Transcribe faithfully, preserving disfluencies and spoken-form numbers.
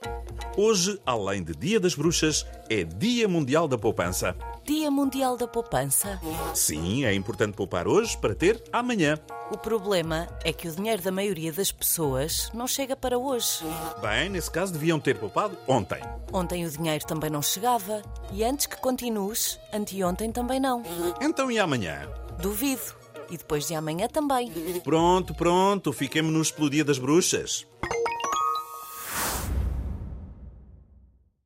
Hoje, além de Dia das Bruxas, é Dia Mundial da Poupança. Dia Mundial da Poupança? Sim, é importante poupar hoje para ter amanhã. O problema é que o dinheiro da maioria das pessoas não chega para hoje. Bem, nesse caso deviam ter poupado ontem. Ontem o dinheiro também não chegava. E antes que continues, anteontem também não. Então e amanhã? Duvido. E depois de amanhã também. Pronto, pronto, fiquemo-nos pelo Dia das Bruxas.